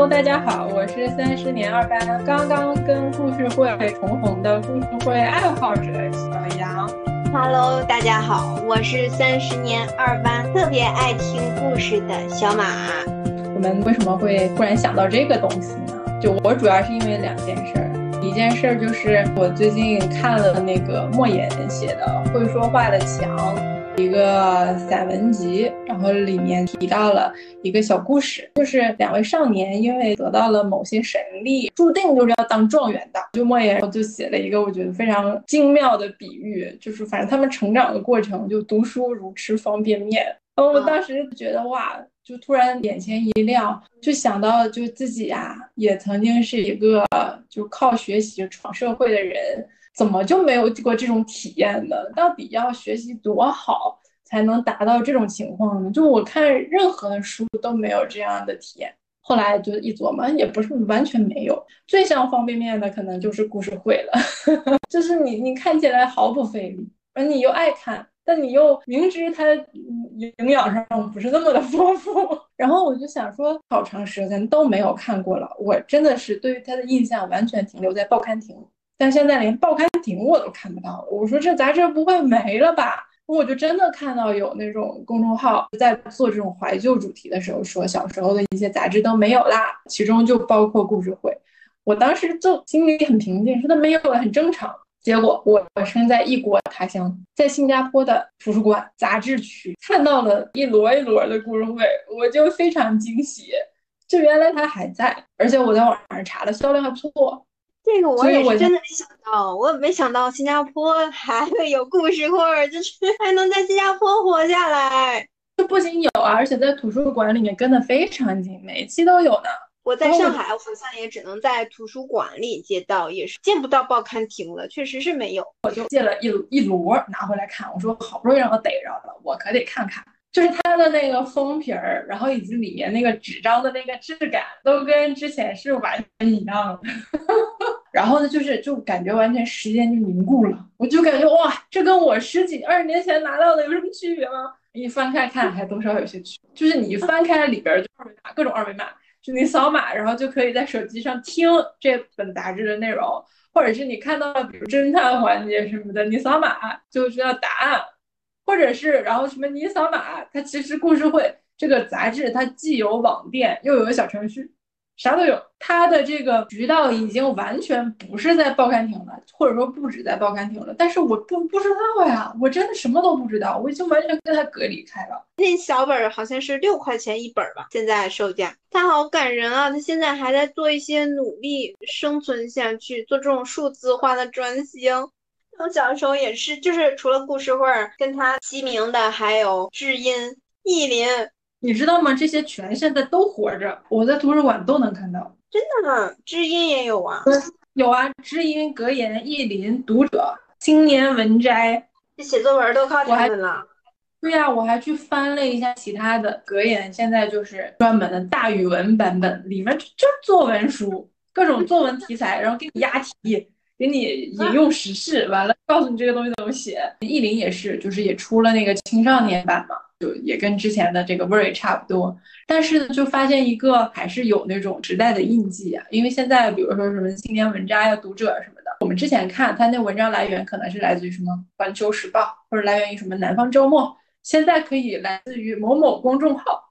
大家好，我是30年2班刚刚跟故事会重逢的故事会爱好者小杨。 Hello，大家好，我是30年2班特别爱听故事的小马。 我们为什么会突然想到这个东西呢？就我主要是因为2件事儿，一件事就是我最近看了那个莫言写的《会说话的墙》。一个散文集，然后里面提到了一个小故事，就是2位少年因为得到了某些神力，注定就是要当状元的。就莫言就写了一个我觉得非常精妙的比喻，就是反正他们成长的过程就读书如吃方便面。然后我当时觉得哇，就突然眼前一亮，就想到就自己也曾经是一个就靠学习闯社会的人，怎么就没有过这种体验呢？到底要学习多好才能达到这种情况呢？就我看任何的书都没有这样的体验。后来就一琢磨，也不是完全没有，最像方便面的可能就是故事会了。就是你看起来毫不费力，而你又爱看，但你又明知它营养上不是那么的丰富。然后我就想说，好长时间都没有看过了，我真的是对于它的印象完全停留在报刊亭。但现在连报刊亭我都看不到了，我说这杂志不会没了吧？我就真的看到有那种公众号在做这种怀旧主题的时候，说小时候的一些杂志都没有啦，其中就包括故事会。我当时就心里很平静，说它没有了很正常。结果我身在异国他乡，在新加坡的图书馆杂志区看到了一摞一摞的故事会，我就非常惊喜，就原来它还在，而且我在网上查的销量还不错。 这个我所以我也是真的没想到，我也没想到新加坡还会有故事会，就是还能在新加坡活下来。 有啊，而且在图书馆里面跟的非常紧，每一期都有呢。 我在然后上海好像也只能在图书馆里借到，也是见不到报刊亭了，确实是没有。 我就借了一摞拿回来看，我说好不容易让我逮着了，我可得看看。就是它的那个封皮儿，然后以及里面那个纸张的那个质感，都跟之前是完全一样的。然后呢，就感觉完全时间就凝固了，我就感觉哇，这跟我10几20年前拿到的有什么区别吗？一翻开看，还多少有些区别。就是你一翻开里边就二维码，各种二维码，就你扫码，然后就可以在手机上听这本杂志的内容，或者是你看到了比如侦探环节什么的，你扫码就知道答案，或者是然后什么你扫码，它其实故事会这个杂志它既有网店又有个小程序，啥都有。它的这个渠道已经完全不是在报刊亭了，或者说不止在报刊亭了。但是我不知道呀，我真的什么都不知道，我已经完全跟它隔离开了。 那小本好像是6块钱一本吧，现在售价。他好感人啊，他现在还在做一些努力生存下去，做这种数字化的转型。我小时候也是，就是除了故事会跟他齐名的，还有知音、意林。 你知道吗？这些全现在都活着，我在图书馆都能看到。 真的吗？知音也有啊。 有啊，知音、格言、意林、读者、青年文摘。 这写作文都靠我还他们了。 对呀，我还去翻了一下其他的格言，现在就是专门的大语文版本，里面就是作文书，各种作文题材，然后给你押题，给你引用时事，完了告诉你这个东西怎么写。意林也是，就是也出了那个青少年版嘛，就也跟之前的这个味儿也差不多。但是呢，就发现一个还是有那种时代的印记啊，因为现在比如说什么青年文摘啊、读者什么的，我们之前看它那文章来源可能是来自于什么《环球时报》或者来源于什么《南方周末》。现在可以来自于某某公众号，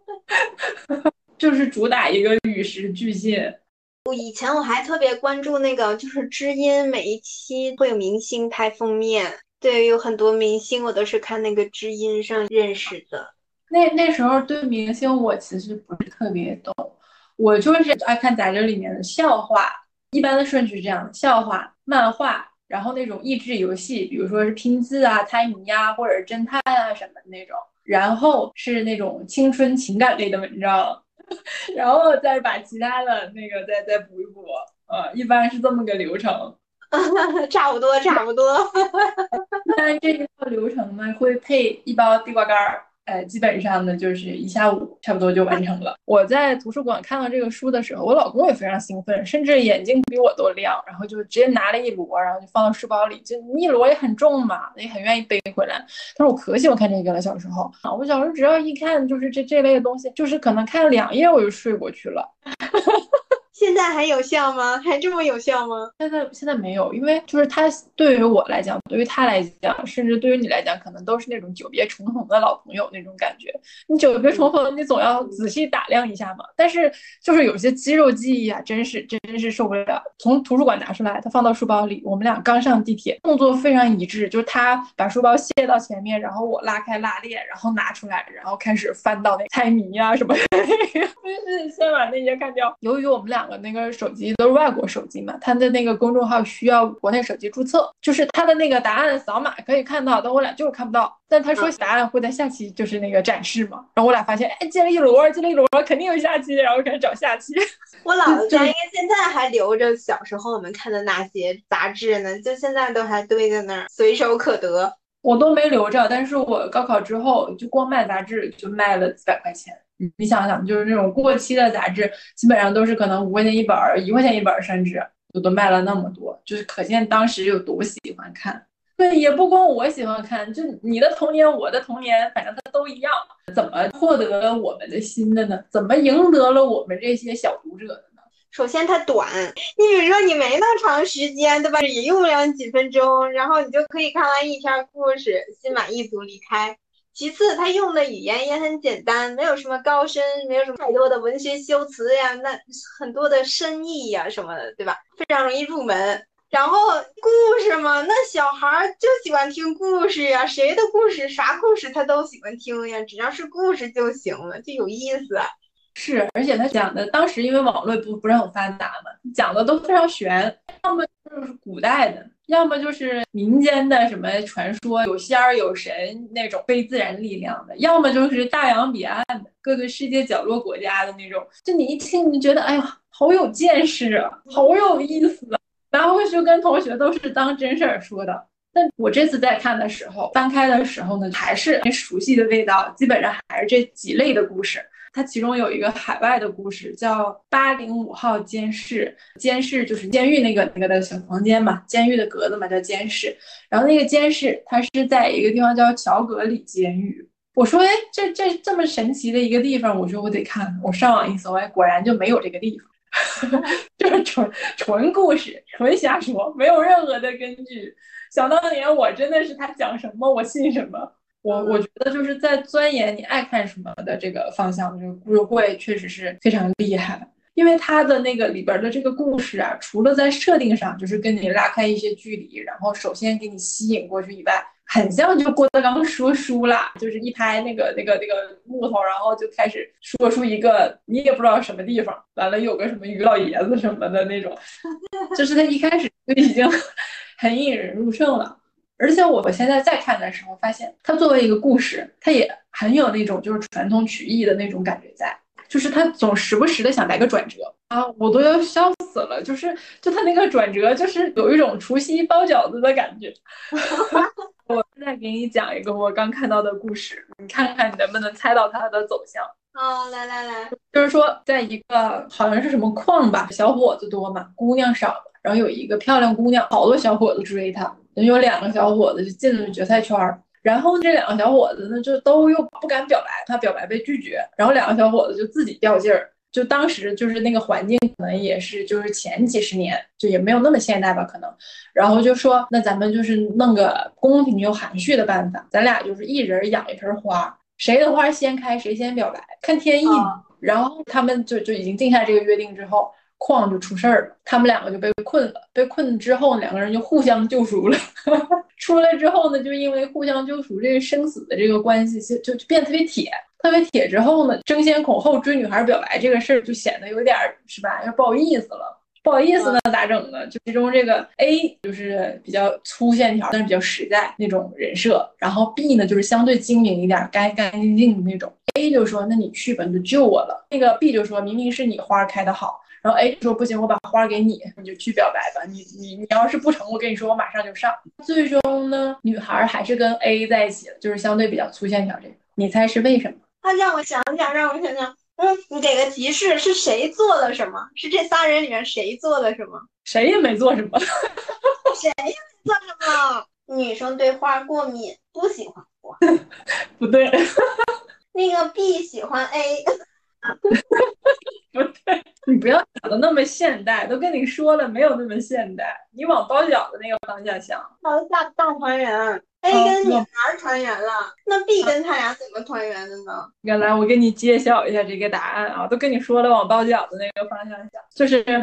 就是主打一个与时俱进。 以前我还特别关注那个，就是知音每一期会有明星拍封面，对，有很多明星我都是看那个知音上认识的。 那时候对明星我其实不是特别懂，我就是爱看杂志里面的笑话，一般的顺序是这样的：笑话、漫画，然后那种益智游戏，比如说是拼字啊、猜谜呀、或者是侦探啊什么的那种，然后是那种青春情感类的文章，然后再把其他的那个再补一补，一般是这么个流程。 差不多，差不多。 一般这一套流程呢，会配一包地瓜干儿， 基本上呢就是一下午差不多就完成了。我在图书馆看到这个书的时候，我老公也非常兴奋，甚至眼睛比我都亮，然后就直接拿了一摞，然后就放到书包里，就一摞也很重嘛，也很愿意背回来。他说我可喜欢看这个了，小时候啊，我小时候只要一看就是这类的东西，就是可能看2页我就睡过去了。 现在还有效吗？还这么有效吗？ 现在没有，因为就是他对于我来讲，对于他来讲，甚至对于你来讲，可能都是那种久别重逢的老朋友那种感觉。你久别重逢，你总要仔细打量一下嘛。但是就是有些肌肉记忆啊，真是受不了。从图书馆拿出来，他放到书包里，我们俩刚上地铁，动作非常一致，就是他把书包卸到前面，然后我拉开拉链，然后拿出来，然后开始翻到那猜谜啊什么的，就是先把那些看掉。由于我们两个那个手机都是外国手机嘛，他的那个公众号需要国内手机注册，就是他的那个答案扫码可以看到，但我俩就是看不到。但他说答案会在下期就是那个展示嘛，然后我俩发现，哎，进了一摞，肯定有下期，然后开始找下期。 我姥姥家应该现在还留着小时候我们看的那些杂志呢，就现在都还堆在那儿，随手可得。 我都没留着，但是我高考之后就光卖杂志就卖了几百块钱。你想想，就是那种过期的杂志，基本上都是可能5块钱一本，1块钱一本，甚至都卖了那么多，就是可见当时有多喜欢看。对，也不光我喜欢看，就你的童年，我的童年，反正它都一样。怎么获得了我们的心的呢？怎么赢得了我们这些小读者的呢？ 首先它短，你比如说你没那长时间，对吧？也用不了几分钟，然后你就可以看完一篇故事，心满意足离开。其次，它用的语言也很简单，没有什么高深，没有什么太多的文学修辞呀，那很多的深意呀什么的，对吧？非常容易入门。然后故事嘛，那小孩就喜欢听故事呀，谁的故事啥故事他都喜欢听呀，只要是故事就行了，就有意思。 是，而且他讲的当时因为网络不是很发达嘛，讲的都非常玄，要么就是古代的，要么就是民间的什么传说，有仙儿有神那种非自然力量的，要么就是大洋彼岸的各个世界角落国家的那种，就你一听你就觉得哎呀好有见识啊，好有意思啊，然后就跟同学都是当真事儿说的。但我这次在看的时候，翻开的时候呢，还是熟悉的味道，基本上还是这几类的故事。它其中有一个海外的故事叫805号监室，监室就是监狱那个的小房间嘛，监狱的格子嘛叫监室。然后那个监室它是在一个地方叫乔格里监狱。我说哎，这么神奇的一个地方，我说我得看。我上网一搜，哎，果然就没有这个地方，就是纯故事，纯瞎说，没有任何的根据。想当年我真的是他讲什么我信什么。我觉得就是在钻研你爱看什么的这个方向，这个故事会确实是非常厉害。因为它的那个里边的这个故事啊，除了在设定上就是跟你拉开一些距离，然后首先给你吸引过去以外，很像就郭德纲说书啦，就是一拍那个木头，然后就开始说出一个你也不知道什么地方，完了有个什么于老爷子什么的那种，就是他一开始就已经很引人入胜了。而且我现在再看的时候，发现它作为一个故事，它也很有那种就是传统曲艺的那种感觉在，就是它总时不时的想来个转折啊，我都要笑死了。就它那个转折，就是有一种除夕包饺子的感觉。我现在给你讲一个我刚看到的故事，你看看你能不能猜到它的走向。 来， 就是说，在一个好像是什么矿吧，小伙子多嘛，姑娘少，然后有一个漂亮姑娘，好多小伙子追她。有2个小伙子就进了决赛圈，然后这2个小伙子呢就都又不敢表白，他表白被拒绝，然后2个小伙子就自己掉劲儿。就当时就是那个环境可能也是就是前几十年，就也没有那么现代吧可能，然后就说那咱们就是弄个公平又含蓄的办法，咱俩就是一人养一盆花，谁的花先开谁先表白，看天意。然后他们就已经定下这个约定之后，矿就出事儿了，他们2个就被困了。被困之后，2个人就互相救赎了。出来之后呢，就因为互相救赎这个生死的这个关系，就变得特别铁。特别铁之后呢，争先恐后追女孩表白这个事儿就显得有点是吧，要不好意思了。不好意思呢，咋整呢？就其中这个 A 就是比较粗线条，但是比较实在那种人设，然后 B 呢就是相对精明一点，干干净净的那种。A 就说：“那你去吧，你就救我了。”那个 B 就说：“明明是你花开的好。”然后 A 说：“不行，我把花给你，你就去表白吧。你要是不成，我跟你说，我马上就上。”最终呢，女孩还是跟 A 在一起了，就是相对比较粗线条这个。 你猜是为什么？ 让我想想，你给个提示，是谁做了什么？是这仨人里面谁做了什么？ 谁也没做什么。 谁也没做什么？女生对花过敏，不喜欢花。 不对。 那个 B 喜欢 A。 不对，你不要想的那么现代，都跟你说了没有那么现代，你往包饺子那个方向想。 大团圆。A 跟女孩团圆了，那 B 跟他俩怎么团圆的呢？ 原来我给你揭晓一下这个答案啊，都跟你说了往包饺子那个方向想，就是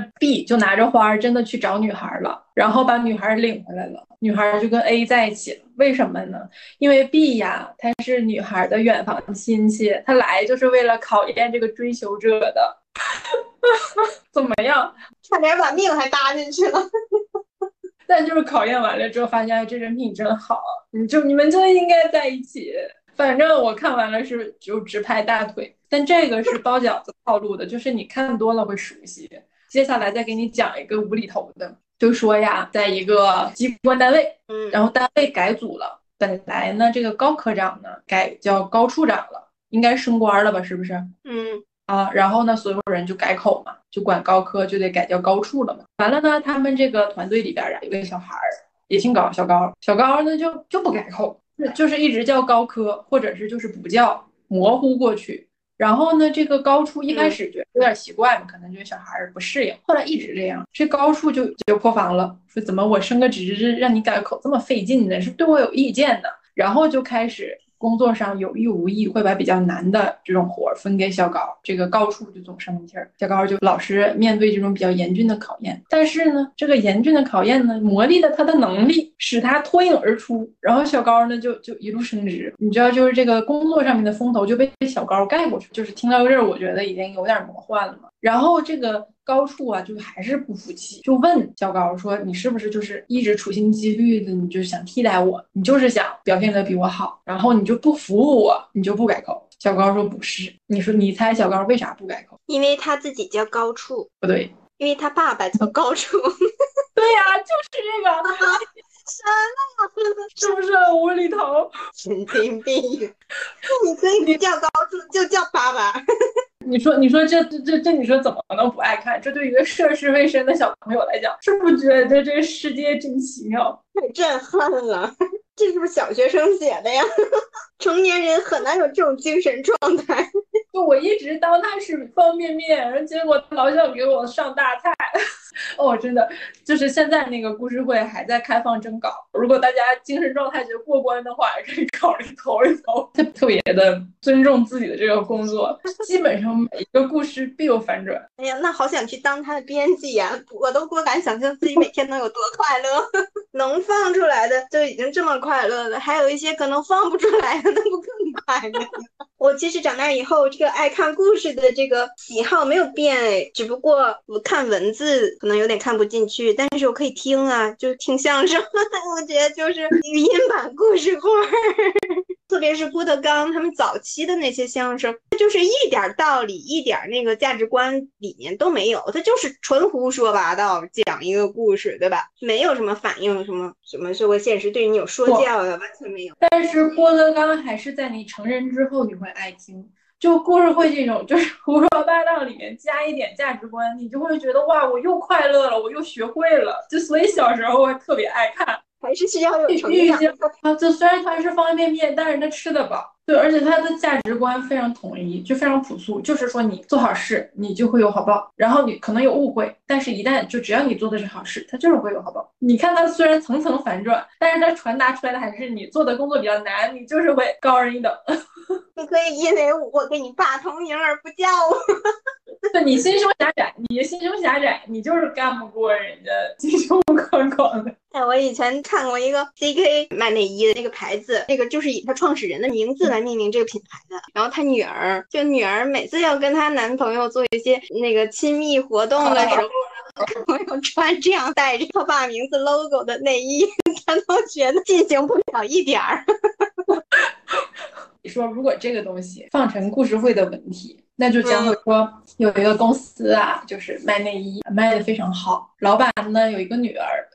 B 就拿着花真的去找女孩了，然后把女孩领回来了，女孩就跟 A 在一起了。为什么呢？因为 B 呀，他是女孩的远房亲戚，他来就是为了考验这个追求者的。怎么样？ 差点把命还搭进去了。 但就是考验完了之后，发现这人品真好，你们就应该在一起。反正我看完了是就直拍大腿，但这个是包饺子套路的，就是你看多了会熟悉。接下来再给你讲一个无厘头的，就说呀，在一个机关单位，然后单位改组了，本来呢这个高科长呢改叫高处长了，应该升官了吧？是不是？然后呢，所有人就改口嘛，就管高科就得改叫高处了嘛。完了呢，他们这个团队里边啊，有个小孩也姓高，小高。小高呢就不改口，就是一直叫高科，或者是就是不叫，模糊过去。然后呢，这个高处一开始觉得有点奇怪嘛，可能觉得小孩不适应，后来一直这样。这高处就破防了，说怎么我升个职让你改口这么费劲呢？是对我有意见呢？然后就开始工作上有意无意会把比较难的这种活分给小高，这个高处就总生气儿，小高就老是面对这种比较严峻的考验。但是呢，这个严峻的考验呢，磨砺了他的能力，使他脱颖而出。然后小高呢，就一路升职。你知道，就是这个工作上面的风头就被小高盖过去。就是听到这儿，我觉得已经有点魔幻了嘛。然后这个高处啊，就还是不服气，就问小高说：“你是不是就是一直处心积虑的，你就是想替代我，你就是想表现得比我好，然后你就不服我，你就不改口？”小高说：“不是。”你猜小高为啥不改口？ 因为他自己叫高处。 不对， 因为他爸爸叫高处。 对呀，就是这个。 什么？ 是不是很无厘头？ 神经病！你可以不叫高处，就叫爸爸。 你说这你说怎么能不爱看？这对于一个涉世未深的小朋友来讲，是不是觉得这个世界真奇妙？ 太震撼了！这是不是小学生写的呀？成年人很难有这种精神状态。 就我一直当它是方便面，结果老想给我上大菜。哦，真的，就是现在那个故事会还在开放征稿，如果大家精神状态觉得过关的话，也可以考虑投一投。特别的尊重自己的这个工作，基本上每一个故事必有反转。 哎呀，那好想去当他的编辑呀！我都不敢想象自己每天能有多快乐。能放出来的就已经这么快乐了，还有一些可能放不出来的，那不更快乐？我其实长大以后，这个爱看故事的这个喜好没有变，只不过我看文字可能有点看不进去，但是我可以听啊，就听相声。我觉得就是语音版故事会儿。特别是郭德纲他们早期的那些相声，他就是一点道理一点那个价值观理念都没有，他就是纯胡说八道讲一个故事，对吧？没有什么反应什么社会现实对你有说教呀，完全没有。 但是郭德纲还是在你成人之后你会爱听，就故事会这种就是胡说八道里面加一点价值观，你就会觉得哇，我又快乐了，我又学会了，就所以小时候会特别爱看。 还是需要有成长啊！就虽然它是方便面，但是它吃得饱。对，而且它的价值观非常统一，就非常朴素，就是说你做好事，你就会有好报。然后你可能有误会，但是一旦就只要你做的是好事，它就是会有好报。你看它虽然层层反转，但是它传达出来的还是你做的工作比较难，你就是会高人一等。 你可以因为我给你霸同名而不叫我。 对，你心胸狭窄，你就是干不过人家心胸宽广的。 哎，我以前看过一个 CK 卖内衣的那个牌子，那个就是以他创始人的名字来命名这个品牌的。然后他女儿每次要跟她男朋友做一些那个亲密活动的时候，朋友穿这样带着他爸名字 logo 的内衣，他都觉得进行不了一点儿。 你说如果这个东西放成故事会的文体，那就将会说有一个公司啊，就是卖内衣卖的非常好，老板呢有一个女儿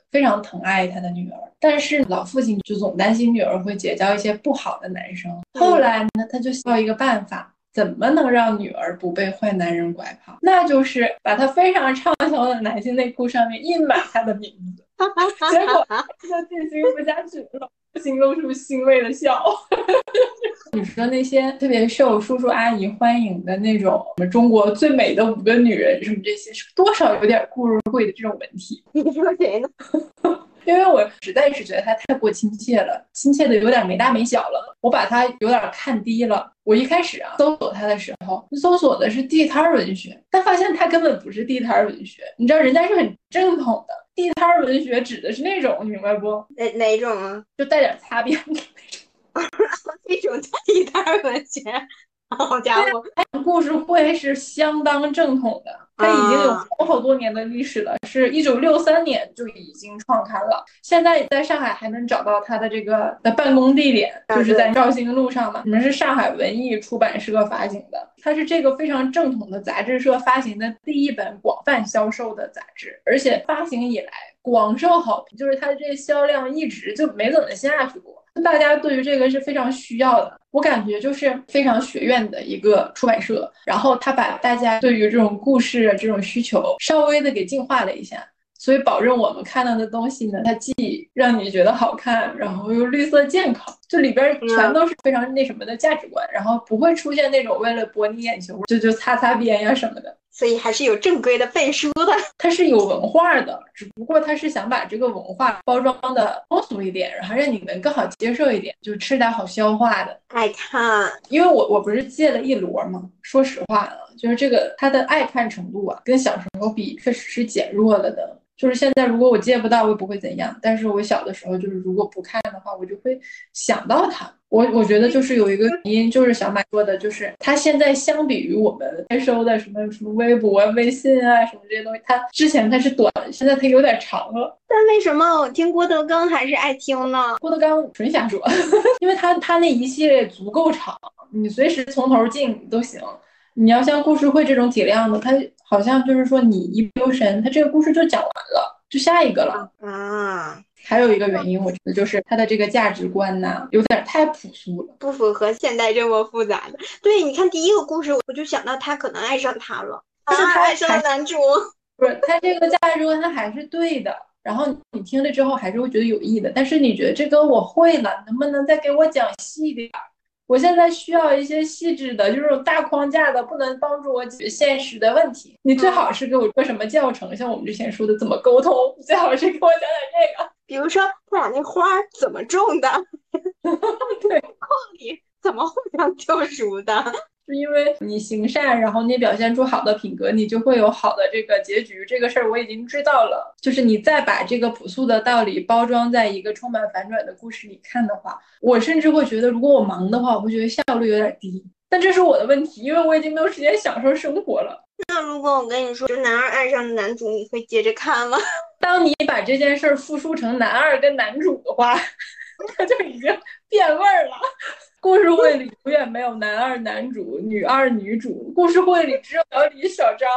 非常疼爱他的女儿，但是老父亲就总担心女儿会结交一些不好的男生。后来呢，他就想到一个办法，怎么能让女儿不被坏男人拐跑？那就是把他非常畅销的男性内裤上面印满他的名字。结果就进行不下去了，不禁露出欣慰的笑。你说那些特别受叔叔阿姨欢迎的那种我们中国最美的5个女人什么这些，是多少有点故入会的这种文体。 你说谁呢？ 因为我实在是觉得他太过亲切了，亲切的有点没大没小了，我把他有点看低了。我一开始搜索他的时候，搜索的是地摊文学，但发现他根本不是地摊文学，你知道人家是很正统的。地摊文学指的是那种，你明白不？ 哪种啊？ 就带点擦边的那种。 这种叫地摊文学。好家伙， 故事会是相当正统的，它已经有好多年的历史了，是1963年就已经创刊了。现在在上海还能找到它的这个的办公地点，就是在绍兴路上嘛。你们是上海文艺出版社发行的，它是这个非常正统的杂志社发行的第一本广泛销售的杂志，而且发行以来广受好评，就是它的这个销量一直就没怎么下去过。大家对于这个是非常需要的，我感觉就是非常学院的一个出版社，然后他把大家对于这种故事这种需求稍微的给净化了一下，所以保证我们看到的东西呢，它既让你觉得好看，然后又绿色健康，就里边全都是非常那什么的价值观，然后不会出现那种为了博你眼球就擦擦边呀什么的。 所以还是有正规的背书的， 它是有文化的，只不过它是想把这个文化包装的通俗一点，然后让你们更好接受一点，就吃点好消化的。 爱看， 因为我不是戒了一摞嘛，说实话啊，就是这个它的爱看程度啊，跟小时候比确实是减弱了的。就是现在如果我戒不到，我也不会怎样，但是我小的时候就是如果不看的话，我就会想到它。我觉得就是有一个原因，就是小马说的，就是它现在相比于我们接收的什么微博、微信啊什么这些东西，它之前它是短，现在它有点长了。 但为什么我听郭德纲还是爱听呢？ 郭德纲纯瞎说，因为他那一系列足够长，你随时从头进都行。你要像故事会这种体量的，它好像就是说你一不留神，它这个故事就讲完了，就下一个了啊。 还有一个原因，我觉得就是他的这个价值观呢，有点太朴素了， 不符合现代这么复杂的。对，你看第一个故事，我就想到他可能爱上他了，但是他爱上了男主。 不是，他这个价值观他还是对的，然后你听了之后还是会觉得有益的，但是你觉得这个我会了，能不能再给我讲细点？我现在需要一些细致的，就是这种大框架的，不能帮助我解决现实的问题。你最好是给我说什么教程，像我们之前说的怎么沟通，最好是给我讲点这个。 比如说他俩那花怎么种的， 对， 矿里怎么互相救赎的。 是因为你行善，然后你表现出好的品格，你就会有好的这个结局。这个事儿我已经知道了，就是你再把这个朴素的道理包装在一个充满反转的故事里看的话，我甚至会觉得，如果我忙的话，我会觉得效率有点低。但这是我的问题，因为我已经没有时间享受生活了。 那如果我跟你说，就男二爱上男主，你会接着看吗？ 当你把这件事儿复述成男二跟男主的话，他就已经变味儿了。故事会里永远没有男二男主、女二女主，故事会里只有小李、小张。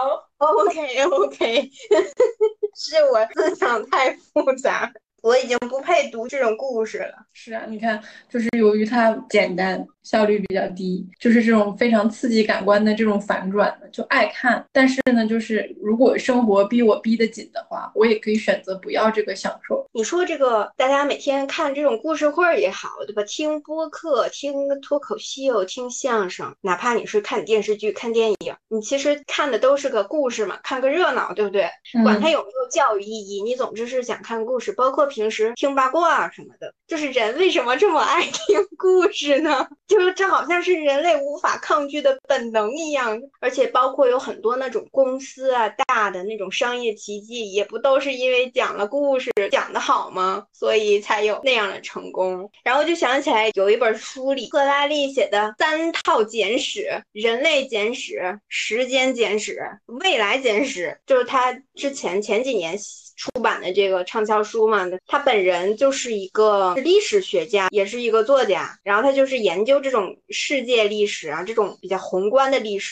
OK， 是我思想太复杂，我已经不配读这种故事了。 是啊，你看，就是由于它简单，效率比较低，就是这种非常刺激感官的这种反转就爱看。但是呢，就是如果生活逼我逼得紧的话，我也可以选择不要这个享受。 你说这个，大家每天看这种故事会也好，对吧？听播客、听脱口秀、听相声，哪怕你是看电视剧、看电影，你其实看的都是个故事嘛，看个热闹，对不对？管它有没有教育意义，你总之是想看故事。包括平时听八卦什么的，就是人为什么这么爱听故事呢？就是这好像是人类无法抗拒的本能一样。而且包括有很多那种公司啊，大的那种商业奇迹，也不都是因为讲了故事讲得好吗？所以才有那样的成功。然后就想起来有一本书里赫拉利写的3套简史：人类简史、时间简史、未来简史，就是他前几年出版的这个畅销书嘛。他本人就是一个历史学家，也是一个作家，然后他就是研究这种世界历史啊，这种比较宏观的历史。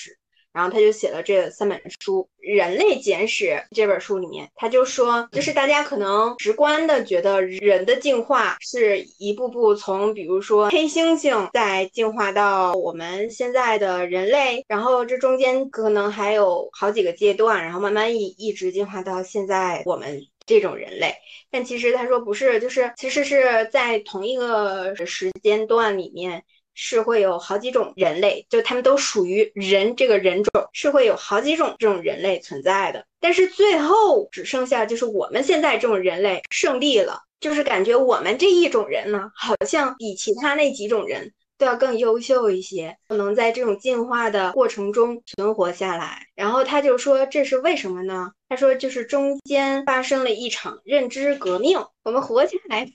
然后他就写了这3本书。人类简史这本书里面，他就说，就是大家可能直观的觉得人的进化是一步步从比如说黑猩猩再进化到我们现在的人类，然后这中间可能还有好几个阶段，然后慢慢一直进化到现在我们这种人类。但其实他说不是，就是其实是在同一个时间段里面是会有好几种人类，就他们都属于人这个人种，是会有好几种这种人类存在的。但是最后只剩下就是我们现在这种人类胜利了，就是感觉我们这一种人呢，好像比其他那几种人都要更优秀一些，能在这种进化的过程中存活下来。然后他就说这是为什么呢？他说就是中间发生了一场认知革命，我们活下来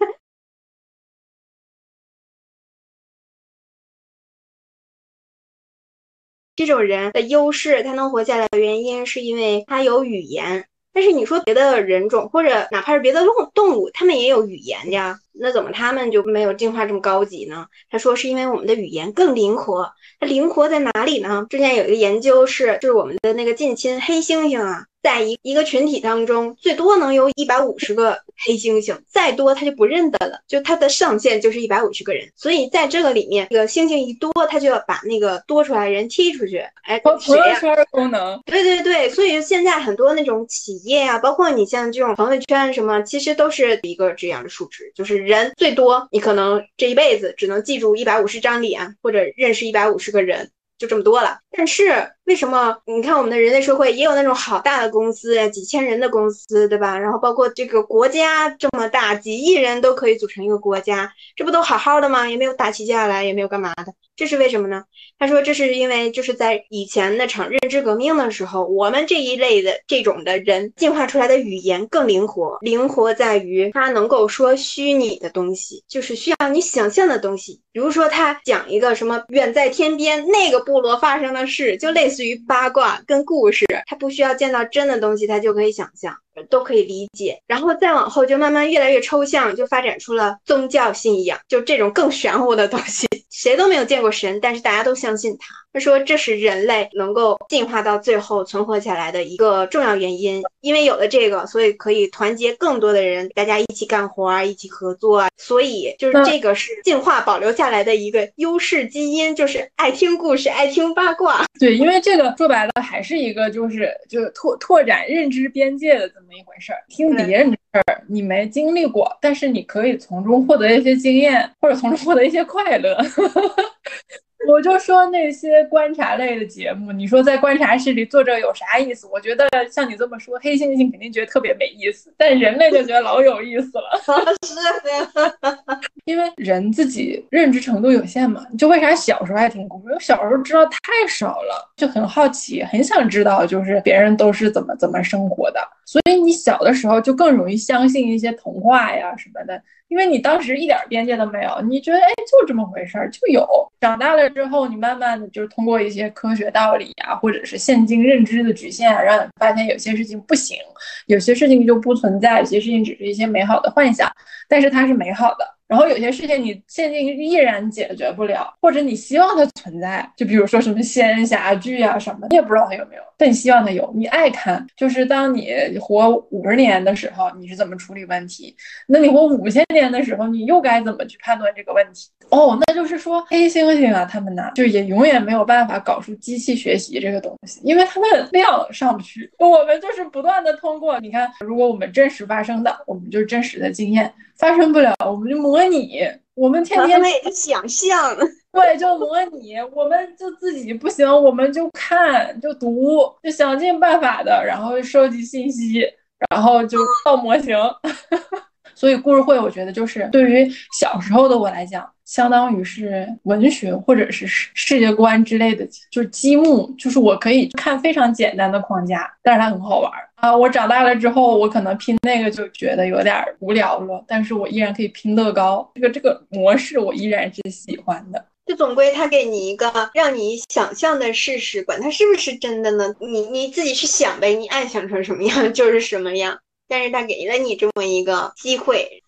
这种人的优势，他能活下来的原因是因为他有语言。但是你说别的人种或者哪怕是别的动物，他们也有语言呀，那怎么他们就没有进化这么高级呢？他说是因为我们的语言更灵活。它灵活在哪里呢？之前有一个研究就是我们的那个近亲黑猩猩啊，在一个群体当中，最多能有150个黑猩猩，再多它就不认得了，就它的上限就是150个人。所以在这个里面，这个猩猩一多，它就要把那个多出来人踢出去。哎， 朋友圈功能， 对对对，所以现在很多那种企业啊，包括你像这种朋友圈什么，其实都是一个这样的数值，就是人最多，你可能这一辈子只能记住150张脸，或者认识150个人。就这么多了。但是为什么你看我们的人类社会也有那种好大的公司呀，几千人的公司，对吧？然后包括这个国家这么大，几亿人都可以组成一个国家，这不都好好的吗？也没有打起架来，也没有干嘛的，这是为什么呢？他说这是因为就是在以前那场认知革命的时候，我们这一类的这种的人进化出来的语言更灵活，灵活在于他能够说虚拟的东西，就是需要你想象的东西。比如说他讲一个什么远在天边那个部落发生的事，就类似于八卦跟故事，他不需要见到真的东西，他就可以想象，都可以理解。然后再往后就慢慢越来越抽象，就发展出了宗教信仰，就这种更玄乎的东西。谁都没有见过神，但是大家都相信他。他说这是人类能够进化到最后存活下来的一个重要原因，因为有了这个，所以可以团结更多的人，大家一起干活，一起合作，所以就是这个是进化保留下来的一个优势基因，就是爱听故事，爱听八卦。 对，因为这个说白了还是一个就是拓展认知边界的这么一回事儿。听别人的事儿你没经历过，但是你可以从中获得一些经验，或者从中获得一些快乐。我就说那些观察类的节目，你说在观察室里坐着有啥意思？我觉得像你这么说，黑猩猩肯定觉得特别没意思，但人类就觉得老有意思了。 是因为人自己认知程度有限嘛，就为啥小时候爱听故事？我小时候知道太少了，就很好奇，很想知道就是别人都是怎么生活的，所以你小的时候就更容易相信一些童话呀什么的。因为你当时一点边界都没有，你觉得哎就这么回事儿，就有。长大了之后，你慢慢的就是通过一些科学道理啊，或者是现今认知的局限啊，让你发现有些事情不行，有些事情就不存在，有些事情只是一些美好的幻想，但是它是美好的。然后有些事情你现今依然解决不了，或者你希望它存在，就比如说什么仙侠剧啊什么，你也不知道它有没有，但你希望它有，你爱看。就是当你活50年的时候，你是怎么处理问题？那你活5000年的时候，你又该怎么去判断这个问题？哦，那就是说黑猩猩啊，他们呢，就也永远没有办法搞出机器学习这个东西，因为他们量上不去。我们就是不断的通过，你看，如果我们真实发生的，我们就是真实的经验。发生不了，我们就模拟，我们天天也就想象， 对，就模拟，我们就自己不行，我们就看，就读，就想尽办法的，然后收集信息，然后就造模型。所以故事会，我觉得就是对于小时候的我来讲，相当于是文学或者是世界观之类的，就是积木，就是我可以看非常简单的框架，但是它很好玩啊。我长大了之后，我可能拼那个就觉得有点无聊了，但是我依然可以拼乐高，这个模式我依然是喜欢的。 就总归他给你一个让你想象的事实，管它是不是真的呢？你自己去想呗，你爱想成什么样就是什么样。但是他给了你这么一个机会，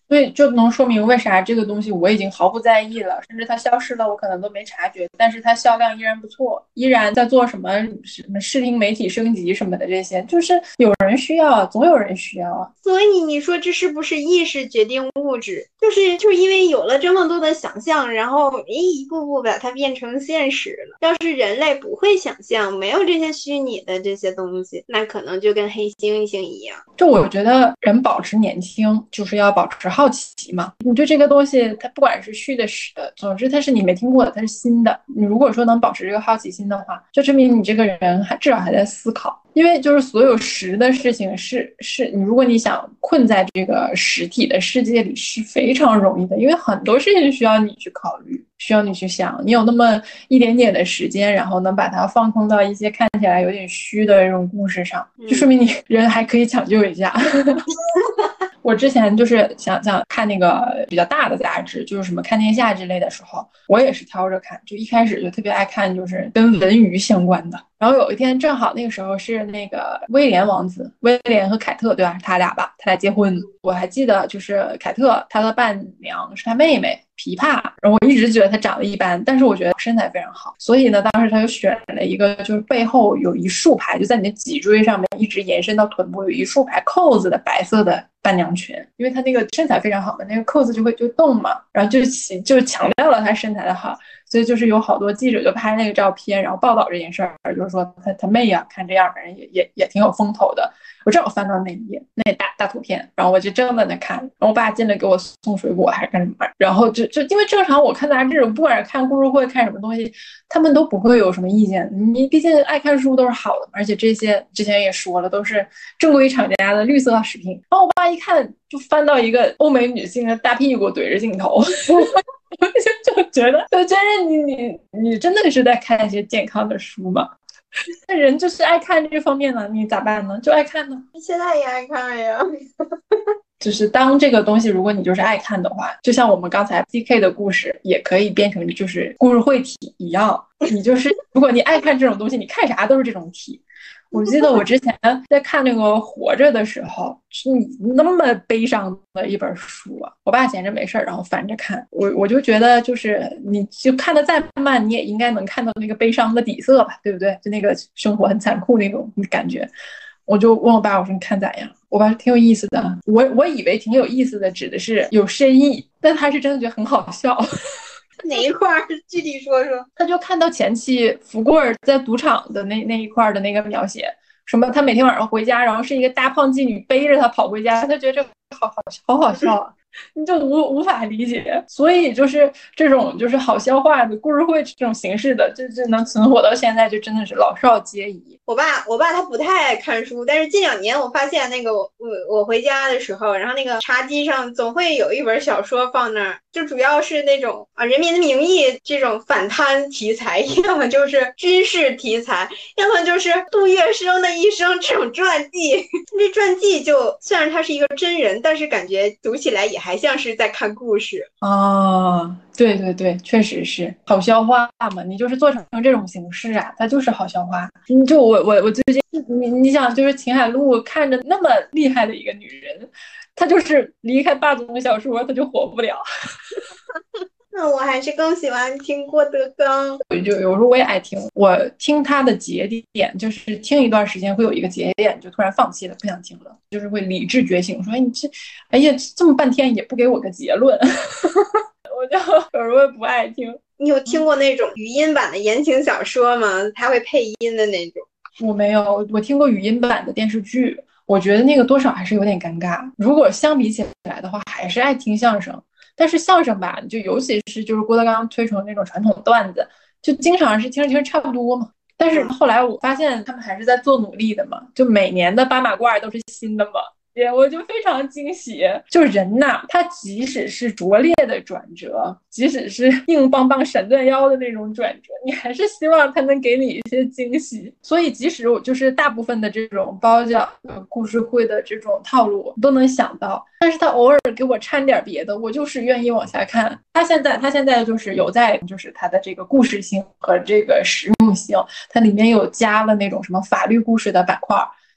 所以就能说明为啥这个东西我已经毫不在意了，甚至它消失了我可能都没察觉，但是它销量依然不错，依然在做什么视听媒体升级什么的，这些就是有人需要，总有人需要啊。 所以你说这是不是意识决定物质？就是因为有了这么多的想象，然后一步步把它变成现实了。要是人类不会想象，没有这些虚拟的这些东西，那可能就跟黑猩猩一样。 就我觉得人保持年轻，就是要保持好奇嘛。你对这个东西，它不管是虚的实的，总之它是你没听过的，它是新的。你如果说能保持这个好奇心的话，就证明你这个人至少还在思考。因为就是所有实的事情是你，如果你想困在这个实体的世界里是非常容易的，因为很多事情需要你去考虑，需要你去想，你有那么一点点的时间，然后能把它放空到一些看起来有点虚的这种故事上，就说明你人还可以抢救一下。我之前就是想看那个比较大的杂志，就是什么看天下之类的时候，我也是挑着看，就一开始就特别爱看就是跟文娱相关的。然后有一天正好那个时候是那个威廉王子，威廉和凯特，对吧？他俩结婚。我还记得就是凯特他的伴娘是他妹妹琵琶，然后我一直觉得她长得一般，但是我觉得身材非常好，所以呢当时他就选了一个就是背后有一束排，就在你的脊椎上面一直延伸到臀部有一束排扣子的白色的伴娘裙，因为她那个身材非常好嘛，那个扣子就动嘛，然后就强调了她身材的好，所以就是有好多记者就拍那个照片，然后报道这件事儿，就是说他妹啊，看这样的人也挺有风头的。我正好翻到那一页，那大图片，然后我就正在那看，然后我爸进来给我送水果还是干什么，然后就因为正常我看杂志，不管是看故事会看什么东西，他们都不会有什么意见，你毕竟爱看书都是好的嘛，而且这些之前也说了，都是正规厂家的绿色食品。然后我爸一看就翻到一个欧美女性的大屁股怼着镜头。我就觉得你真的是在看一些健康的书吗？那人就是爱看这方面呢，你咋办呢？就爱看呢。 现在也爱看呀。 就是当这个东西，如果你就是爱看的话，就像我们刚才 CK 的故事，也可以变成就是故事会体一样。你就是如果你爱看这种东西，你看啥都是这种体。我记得我之前在看那个《活着》的时候，是那么悲伤的一本书啊！我爸闲着没事然后翻着看，我就觉得就是你就看得再慢，你也应该能看到那个悲伤的底色吧，对不对？就那个生活很残酷那种感觉。我就问我爸，我说你看咋样？我爸说挺有意思的。我以为挺有意思的指的是有深意，但他是真的觉得很好笑。 哪一块具体说说？ 他就看到前期福贵尔在赌场的那一块的那个描写，什么他每天晚上回家，然后是一个大胖妓女背着他跑回家，他觉得这好好笑啊。你就无法理解，所以就是这种就是好消化的故事会这种形式的，这能存活到现在，就真的是老少皆宜。 我爸他不太爱看书，但是近2年我发现那个我回家的时候，然后那个茶几上总会有一本小说放那儿，就主要是那种人民的名义这种反贪题材，要么就是军事题材，要么就是杜月笙的一生这种传记。这传记就虽然它是一个真人，但是感觉读起来也还像是在看故事。 对对对，确实是好消化嘛。你就是做成这种形式啊，它就是好消化。就我最近你想，就是秦海璐看着那么厉害的一个女人，她就是离开霸总小说，她就火不了。 那我还是更喜欢听郭德纲。 有时候我也爱听，我听他的节点，就是听一段时间会有一个节点，就突然放弃了，不想听了，就是会理智觉醒，说哎呀，这么半天也不给我个结论。我就有时候不爱听。 你有听过那种语音版的言情小说吗？它会配音的那种。 我没有，我听过语音版的电视剧，我觉得那个多少还是有点尴尬。如果相比起来的话，还是爱听相声。但是相声吧，就尤其是就是郭德纲推崇那种传统段子，就经常是听着听着差不多嘛。但是后来我发现他们还是在做努力的嘛，就每年的八马褂都是新的嘛。我就非常惊喜，就人呐，他即使是拙劣的转折，即使是硬邦邦闪断腰的那种转折，你还是希望他能给你一些惊喜。所以即使我就是大部分的这种包饺故事会的这种套路我都能想到，但是他偶尔给我掺点别的，我就是愿意往下看。他现在就是有在就是他的这个故事性和这个实用性，它里面有加了那种什么法律故事的板块，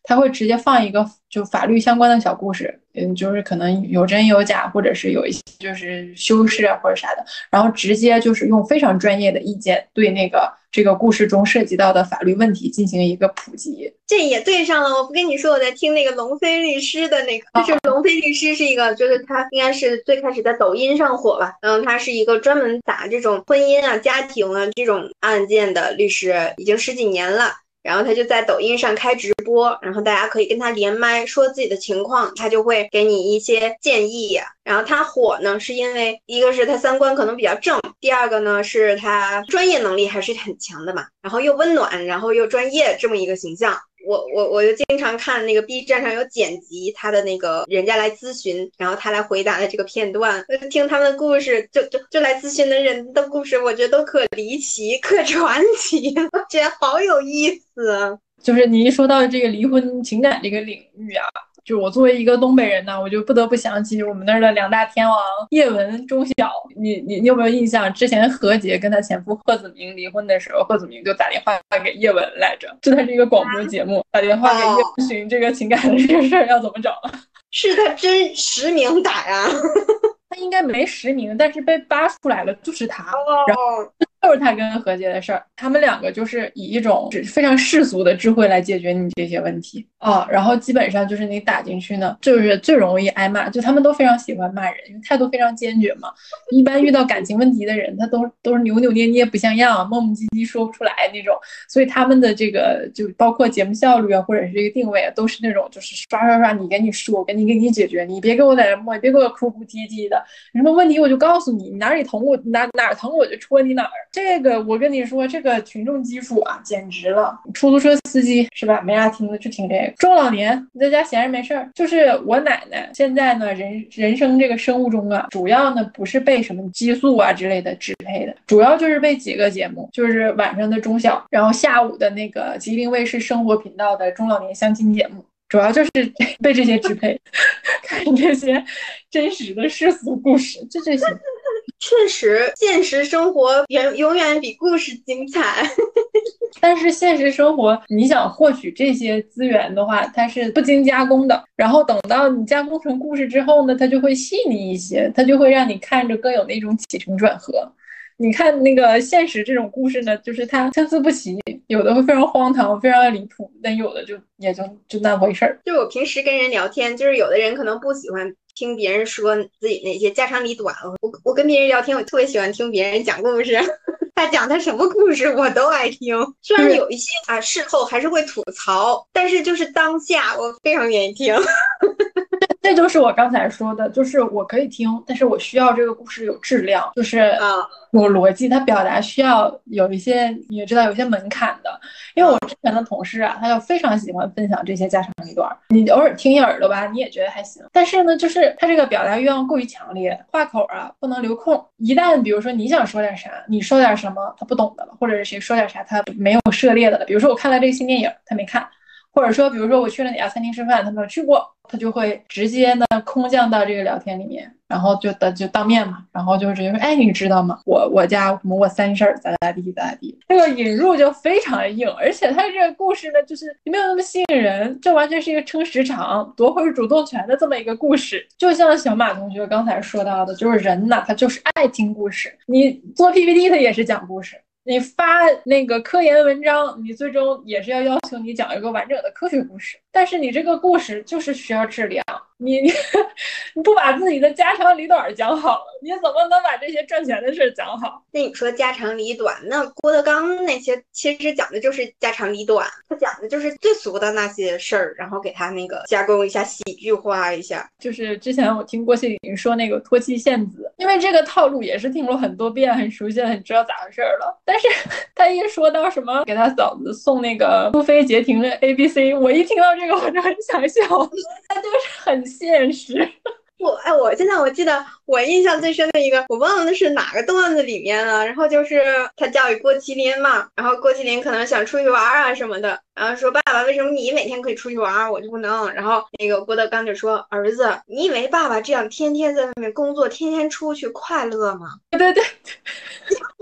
他会直接放一个就法律相关的小故事，就是可能有真有假，或者是有一些就是修饰啊或者啥的，然后直接就是用非常专业的意见对这个故事中涉及到的法律问题进行一个普及。 这也对上了，我不跟你说我在听那个龙飞律师的那个，就是龙飞律师是一个，就是他应该是最开始在抖音上火吧，他是一个专门打这种婚姻啊、家庭啊这种案件的律师，已经10几年了。然后他就在抖音上开直播，然后大家可以跟他连麦说自己的情况，他就会给你一些建议呀。然后他火呢，是因为一个是他三观可能比较正，第二个呢是他专业能力还是很强的嘛，然后又温暖，然后又专业这么一个形象。我就经常看那个 B 站上有剪辑他的那个人家来咨询，然后他来回答的这个片段，听他们的故事，就来咨询的人的故事，我觉得都可离奇、可传奇，我觉得好有意思。 就是你一说到这个离婚情感这个领域啊，就我作为一个东北人呢，我就不得不想起我们那儿的两大天王叶文、钟晓。你有没有印象？之前何洁跟她前夫贺子铭离婚的时候，贺子铭就打电话给叶文来着，就他是一个广播节目，打电话给叶文询这个情感的这个事儿要怎么找。 是他真实名打呀？ 他应该没实名，但是被扒出来了，就是他。然后就是他跟何洁的事儿，他们两个就是以一种非常世俗的智慧来解决你这些问题啊。然后基本上就是你打进去呢，就是最容易挨骂，就他们都非常喜欢骂人，因为态度非常坚决嘛。一般遇到感情问题的人，他都是扭扭捏捏不像样，磨磨唧唧说不出来那种。所以他们的这个就包括节目效率啊，或者是这个定位啊，都是那种就是刷，你跟你说，我给你解决，你别给我在这磨，别给我哭哭啼啼的。什么问题我就告诉你，你哪里疼我哪儿疼我就戳你哪儿。这个我跟你说，这个群众基础啊，简直了。出租车司机是吧？没啥听的就听这个。中老年你在家闲着没事儿，就是我奶奶现在呢，人生这个生物钟啊，主要呢不是被什么激素啊之类的支配的，主要就是被几个节目，就是晚上的中小，然后下午的那个吉林卫视生活频道的中老年相亲节目。主要就是被这些支配，看这些真实的世俗故事，就这些。 确实，现实生活永远比故事精彩。 但是现实生活，你想获取这些资源的话，它是不经加工的。然后等到你加工成故事之后呢，它就会细腻一些，它就会让你看着更有那种起承转合。你看那个现实这种故事呢，就是它参差不齐，有的会非常荒唐，非常离谱，但有的也就那回事儿。 就我平时跟人聊天，就是有的人可能不喜欢听别人说自己那些家长里短，我跟别人聊天，我特别喜欢听别人讲故事。他讲他什么故事我都爱听，虽然有一些事后还是会吐槽，但是就是当下我非常愿意听。 这就是我刚才说的，就是我可以听，但是我需要这个故事有质量，就是有逻辑，它表达需要有一些你也知道有一些门槛的。因为我之前的同事啊，他就非常喜欢分享这些家长里短，你偶尔听一耳朵吧，你也觉得还行。但是呢，就是他这个表达欲望过于强烈，话口啊不能留空。一旦比如说你想说点啥，你说点什么他不懂的了，或者是谁说点啥他没有涉猎的了，比如说我看了这个新电影他没看，或者说比如说我去了哪家餐厅吃饭他没有去过，他就会直接呢空降到这个聊天里面，然后就当面嘛，然后就直接说，哎，你知道吗？我家我三婶咋地，这个引入就非常的硬，而且他这个故事呢，就是没有那么吸引人，这完全是一个撑时长、夺回主动权的这么一个故事。就像小马同学刚才说到的，就是人呐，他就是爱听故事，你做 PPT 他也是讲故事。你发那个科研文章，你最终也是要求你讲一个完整的科学故事，但是你这个故事就是需要质量，你不把自己的家长里短讲好，你怎么能把这些赚钱的事讲好？ 那你说家长里短，那郭德纲那些其实讲的就是家长里短，他讲的就是最俗的那些事儿，然后给他那个加工一下，喜剧化一下。 就是之前我听郭麒麟说那个脱妻献子，因为这个套路也是听过很多遍，很熟悉，很知道咋回事了。但是他一说到什么给他嫂子送那个苏菲杰廷的 ABC， 我一听到这个我就很想笑，他就是很现实。 我现在我记得我印象最深的一个，我忘了是哪个段子里面了。然后就是他教育郭麒麟嘛，然后郭麒麟可能想出去玩啊什么的，然后说爸爸，为什么你每天可以出去玩，我就不能？然后那个郭德纲就说，儿子，你以为爸爸这样天天在外面工作，天天出去快乐吗？ 对。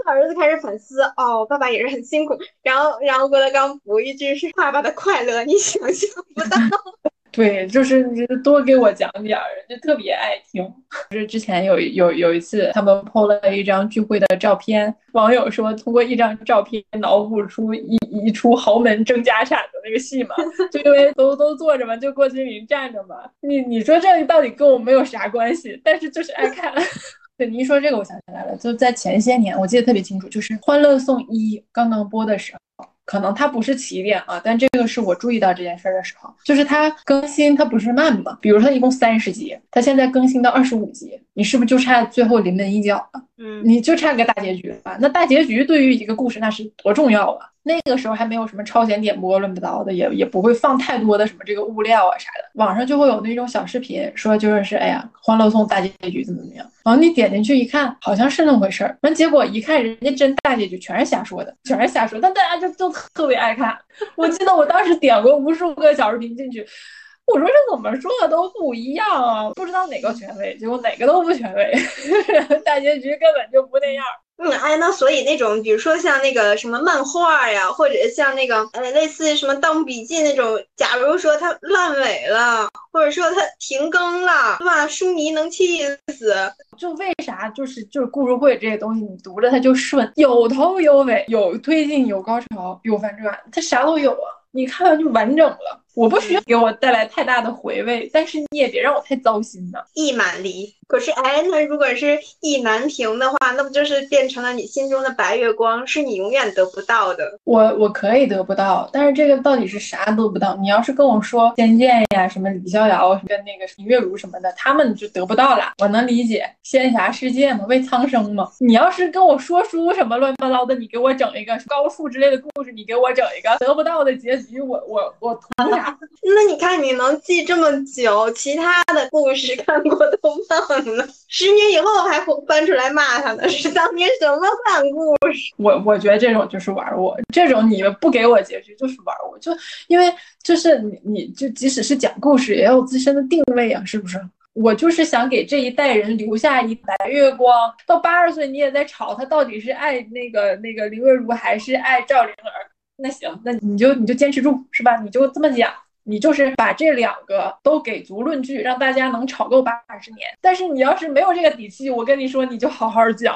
儿子开始反思，哦，爸爸也是很辛苦。然后郭德纲补一句是爸爸的快乐，你想象不到。 对，就是你多给我讲点儿，就特别爱听。就是之前有一次，他们 po 了一张聚会的照片，网友说通过一张照片脑补出一出豪门争家产的那个戏嘛，就因为都坐着嘛，就郭敬明站着嘛。你说这到底跟我没有啥关系，但是就是爱看。对，你一说这个，我想起来了，就在前些年，我记得特别清楚，就是《欢乐颂一》刚刚播的时候。可能它不是起点啊，但这个是我注意到这件事的时候，就是它更新它不是慢吗？比如说它一共30集，它现在更新到25集，你是不是就差最后临门一脚了？你就差个大结局吧。那大结局对于一个故事那是多重要啊！那个时候还没有什么超前点播乱七八糟的，也不会放太多的什么这个物料啊啥的，网上就会有那种小视频说就是哎呀，欢乐颂大结局怎么样，然后你点进去一看，好像是那么回事儿，完结果一看人家真大结局全是瞎说的，但大家就特别爱看。我记得我当时点过无数个小视频进去，我说这怎么说的都不一样啊，不知道哪个权威，结果哪个都不权威，大结局根本就不那样。 那所以那种，比如说像那个什么漫画呀，或者像那个类似什么《盗墓笔记》那种，假如说它烂尾了，或者说它停更了，对吧？书迷能气死。 就为啥就是故事会这些东西，你读着它就顺，有头有尾，有推进，有高潮，有反转，它啥都有啊。你看完就完整了。我不需要给我带来太大的回味，但是你也别让我太糟心呢。 意满离。可是那如果是意难平的话，那不就是变成了你心中的白月光，是你永远得不到的。 我可以得不到，但是这个到底是啥得不到？你要是跟我说仙剑呀，什么李逍遥跟那个林月如什么的，他们就得不到了，我能理解。仙侠世界嘛，为苍生嘛。你要是跟我说书什么乱七八糟的，你给我整一个高数之类的故事，你给我整一个得不到的结局，我图啥？ 那你看你能记这么久，其他的故事看过都忘了，10年以后还翻出来骂他呢，是当年什么烂故事？ 我觉得这种就是玩我，这种你们不给我结局就是玩我，就因为就是你就即使是讲故事也有自身的定位啊，是不是？我就是想给这一代人留下一白月光，到80岁你也在吵他到底是爱那个林月如还是爱赵灵儿，那行，那你就坚持住是吧？你就这么讲。你就是把这两个都给足论据，让大家能吵够80年。但是你要是没有这个底气，我跟你说，你就好好讲，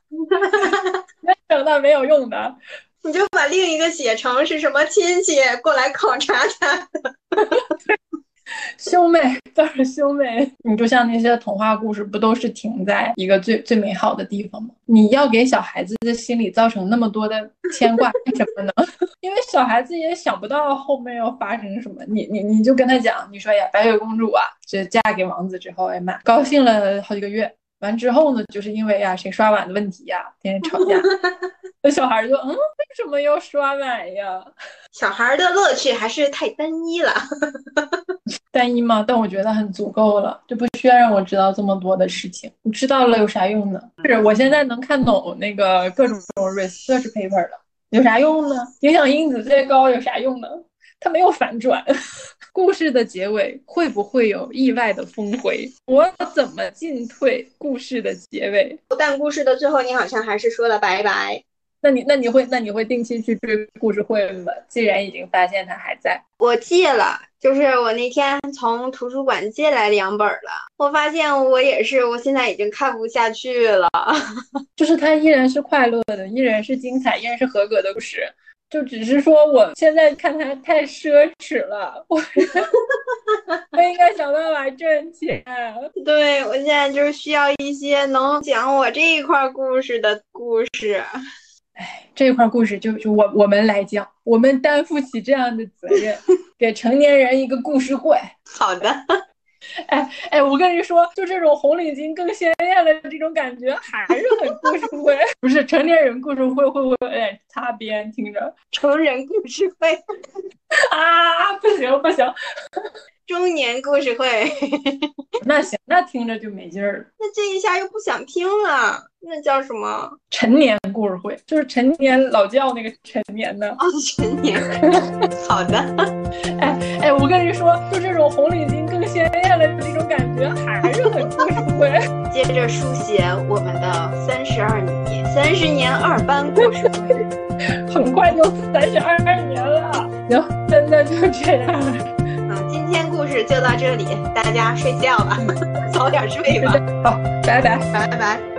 整那没有用的。 你就把另一个写成是什么亲戚过来考察他的。 兄妹都是兄妹，你就像那些童话故事，不都是停在一个最美好的地方吗？你要给小孩子的心理造成那么多的牵挂，为什么呢？因为小孩子也想不到后面要发生什么。你就跟他讲，你说呀，白雪公主啊，这嫁给王子之后，哎妈，高兴了好几个月。完之后呢，就是因为呀谁刷碗的问题呀，天天吵架。那小孩就为什么要刷碗呀？ 小孩的乐趣还是太单一了。 单一吗？但我觉得很足够了，就不需要让我知道这么多的事情。你知道了有啥用呢？是我现在能看懂那个各种 research paper 了，有啥用呢？影响因子最高有啥用呢？它没有反转。故事的结尾会不会有意外的峰回？我怎么进退故事的结尾？ 但故事的最后，你好像还是说了拜拜。 那你会定期去追故事会吗？既然已经发现它还在。 我借了，就是我那天从图书馆借来2本了。我发现我也是，我现在已经看不下去了。 就是它依然是快乐的，依然是精彩，依然是合格的故事。就只是说我现在看它太奢侈了，我应该想办法挣钱。 对，我现在就是需要一些能讲我这一块故事的故事。 这一块故事就我们来讲，我们担负起这样的责任，给成年人一个故事会。 好的。 我跟你说，就这种红领巾更鲜艳的这种感觉，还是很故事会。不是成年人故事会不会有点擦边？听着， 成人故事会啊，不行。 中年故事会。 那行，那听着就没劲儿了。 那这一下又不想听了，那叫什么？ 陈年故事会，就是陈年老教那个陈年的。 陈年。好的。 我跟你说，就这种红领巾更鲜艳的这种感觉还是很故事会。 接着书写我们的30年2班故事会， 很快就32年了。行，真的就这样。 今天故事就到这里，大家睡觉吧，早点睡吧。 好，拜拜， 拜拜。